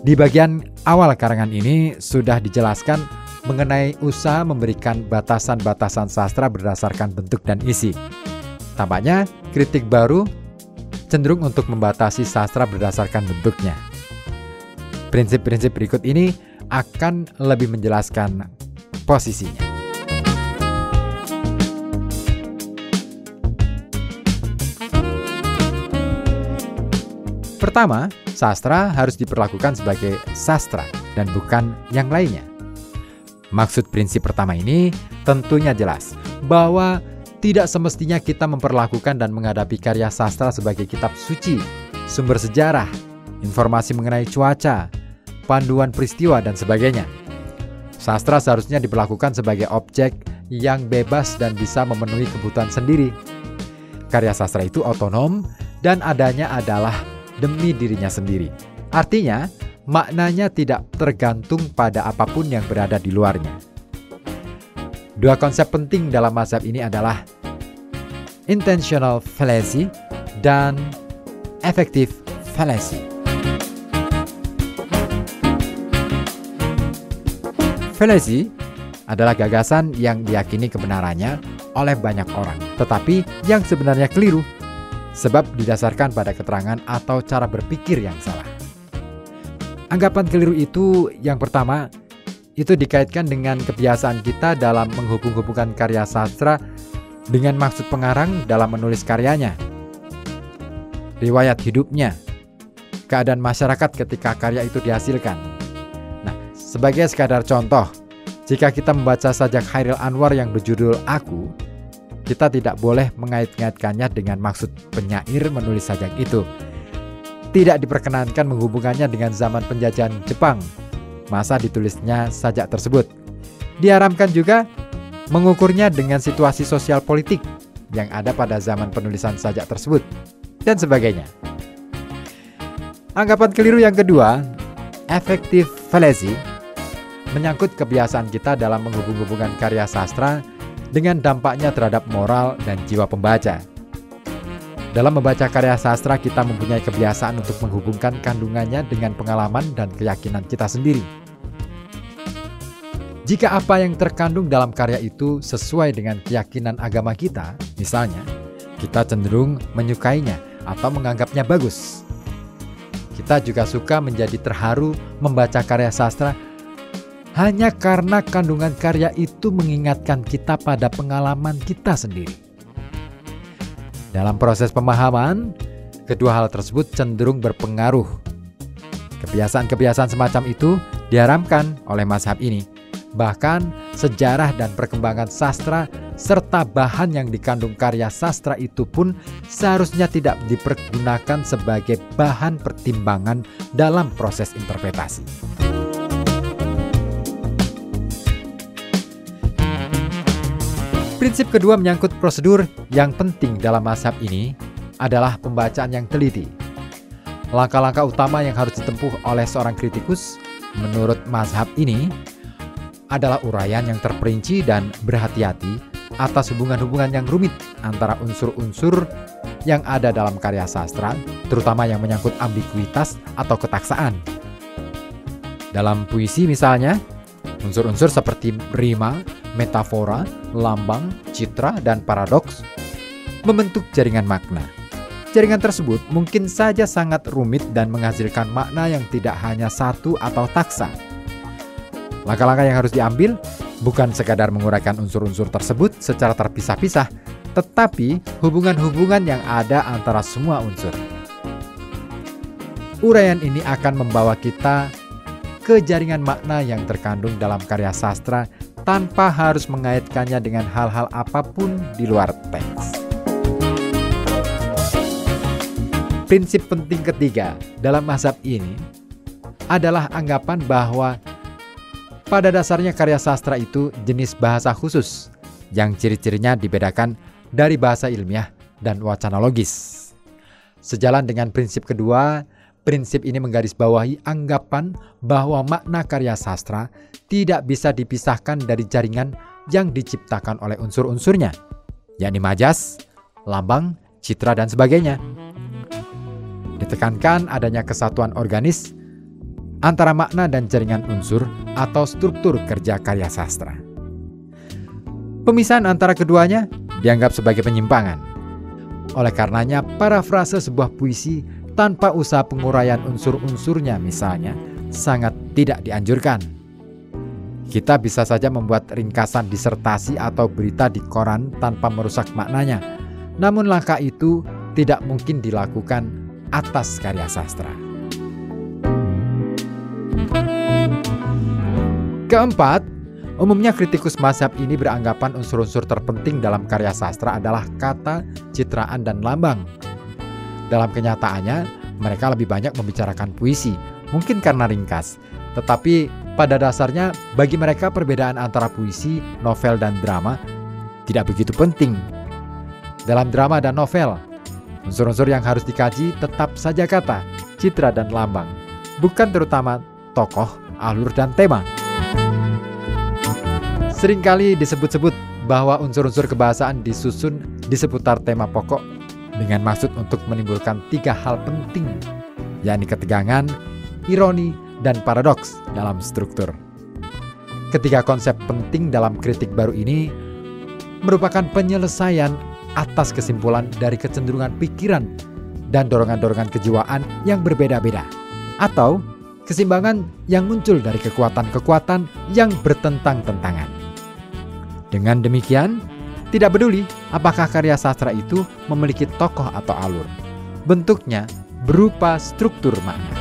Di bagian awal karangan ini sudah dijelaskan mengenai usaha memberikan batasan-batasan sastra berdasarkan bentuk dan isi. Tampaknya kritik baru cenderung untuk membatasi sastra berdasarkan bentuknya. Prinsip-prinsip berikut ini akan lebih menjelaskan posisinya. Pertama, sastra harus diperlakukan sebagai sastra dan bukan yang lainnya. Maksud prinsip pertama ini tentunya jelas bahwa tidak semestinya kita memperlakukan dan menghadapi karya sastra sebagai kitab suci, sumber sejarah, informasi mengenai cuaca, panduan peristiwa, dan sebagainya. Sastra seharusnya diperlakukan sebagai objek yang bebas dan bisa memenuhi kebutuhan sendiri. Karya sastra itu otonom dan adanya adalah demi dirinya sendiri. Artinya, maknanya tidak tergantung pada apapun yang berada di luarnya. Dua konsep penting dalam mazhab ini adalah intentional fallacy dan effective fallacy. Fallacy adalah gagasan yang diyakini kebenarannya oleh banyak orang, tetapi yang sebenarnya keliru, sebab didasarkan pada keterangan atau cara berpikir yang salah. Anggapan keliru itu yang pertama, itu dikaitkan dengan kebiasaan kita dalam menghubung-hubungkan karya sastra dengan maksud pengarang dalam menulis karyanya, riwayat hidupnya, keadaan masyarakat ketika karya itu dihasilkan. Nah, sebagai sekadar contoh, jika kita membaca sajak Chairil Anwar yang berjudul Aku, kita tidak boleh mengait-ngaitkannya dengan maksud penyair menulis sajak itu. Tidak diperkenankan menghubungkannya dengan zaman penjajahan Jepang, masa ditulisnya sajak tersebut. Diharamkan juga mengukurnya dengan situasi sosial politik yang ada pada zaman penulisan sajak tersebut, dan sebagainya. Anggapan keliru yang kedua, effective fallacy, menyangkut kebiasaan kita dalam menghubung-hubungkan karya sastra dengan dampaknya terhadap moral dan jiwa pembaca. Dalam membaca karya sastra, kita mempunyai kebiasaan untuk menghubungkan kandungannya dengan pengalaman dan keyakinan kita sendiri. Jika apa yang terkandung dalam karya itu sesuai dengan keyakinan agama kita, misalnya, kita cenderung menyukainya atau menganggapnya bagus. Kita juga suka menjadi terharu membaca karya sastra hanya karena kandungan karya itu mengingatkan kita pada pengalaman kita sendiri. Dalam proses pemahaman, kedua hal tersebut cenderung berpengaruh. Kebiasaan-kebiasaan semacam itu diharamkan oleh mazhab ini. Bahkan sejarah dan perkembangan sastra serta bahan yang dikandung karya sastra itu pun seharusnya tidak dipergunakan sebagai bahan pertimbangan dalam proses interpretasi. Prinsip kedua menyangkut prosedur yang penting dalam mazhab ini adalah pembacaan yang teliti. Langkah-langkah utama yang harus ditempuh oleh seorang kritikus menurut mazhab ini adalah uraian yang terperinci dan berhati-hati atas hubungan-hubungan yang rumit antara unsur-unsur yang ada dalam karya sastra, terutama yang menyangkut ambiguitas atau ketaksaan. Dalam puisi misalnya, unsur-unsur seperti rima, metafora, lambang, citra, dan paradoks membentuk jaringan makna. Jaringan tersebut mungkin saja sangat rumit dan menghasilkan makna yang tidak hanya satu atau taksa. Langkah-langkah yang harus diambil bukan sekadar menguraikan unsur-unsur tersebut secara terpisah-pisah, tetapi hubungan-hubungan yang ada antara semua unsur. Uraian ini akan membawa kita ke jaringan makna yang terkandung dalam karya sastra tanpa harus mengaitkannya dengan hal-hal apapun di luar teks. Prinsip penting ketiga dalam mazhab ini adalah anggapan bahwa pada dasarnya karya sastra itu jenis bahasa khusus yang ciri-cirinya dibedakan dari bahasa ilmiah dan wacana logis. Sejalan dengan prinsip kedua, prinsip ini menggarisbawahi anggapan bahwa makna karya sastra tidak bisa dipisahkan dari jaringan yang diciptakan oleh unsur-unsurnya, yakni majas, lambang, citra, dan sebagainya. Ditekankan adanya kesatuan organis antara makna dan jaringan unsur atau struktur kerja karya sastra. Pemisahan antara keduanya dianggap sebagai penyimpangan. Oleh karenanya, parafrase sebuah puisi tanpa usaha penguraian unsur-unsurnya misalnya sangat tidak dianjurkan. Kita bisa saja membuat ringkasan disertasi atau berita di koran tanpa merusak maknanya, namun langkah itu tidak mungkin dilakukan atas karya sastra. Keempat, umumnya kritikus mazhab ini beranggapan unsur-unsur terpenting dalam karya sastra adalah kata, citraan, dan lambang. Dalam kenyataannya, mereka lebih banyak membicarakan puisi, mungkin karena ringkas. Tetapi pada dasarnya bagi mereka perbedaan antara puisi, novel, dan drama tidak begitu penting. Dalam drama dan novel, unsur-unsur yang harus dikaji tetap saja kata, citra, dan lambang, bukan terutama tokoh, alur, dan tema. Seringkali disebut-sebut bahwa unsur-unsur kebahasaan disusun di seputar tema pokok dengan maksud untuk menimbulkan 3 hal penting, yakni ketegangan, ironi, dan paradoks dalam struktur. Ketiga konsep penting dalam kritik baru ini merupakan penyelesaian atas kesimpulan dari kecenderungan pikiran dan dorongan-dorongan kejiwaan yang berbeda-beda, atau keseimbangan yang muncul dari kekuatan-kekuatan yang bertentang-tentangan. Dengan demikian, tidak peduli apakah karya sastra itu memiliki tokoh atau alur, bentuknya berupa struktur makna.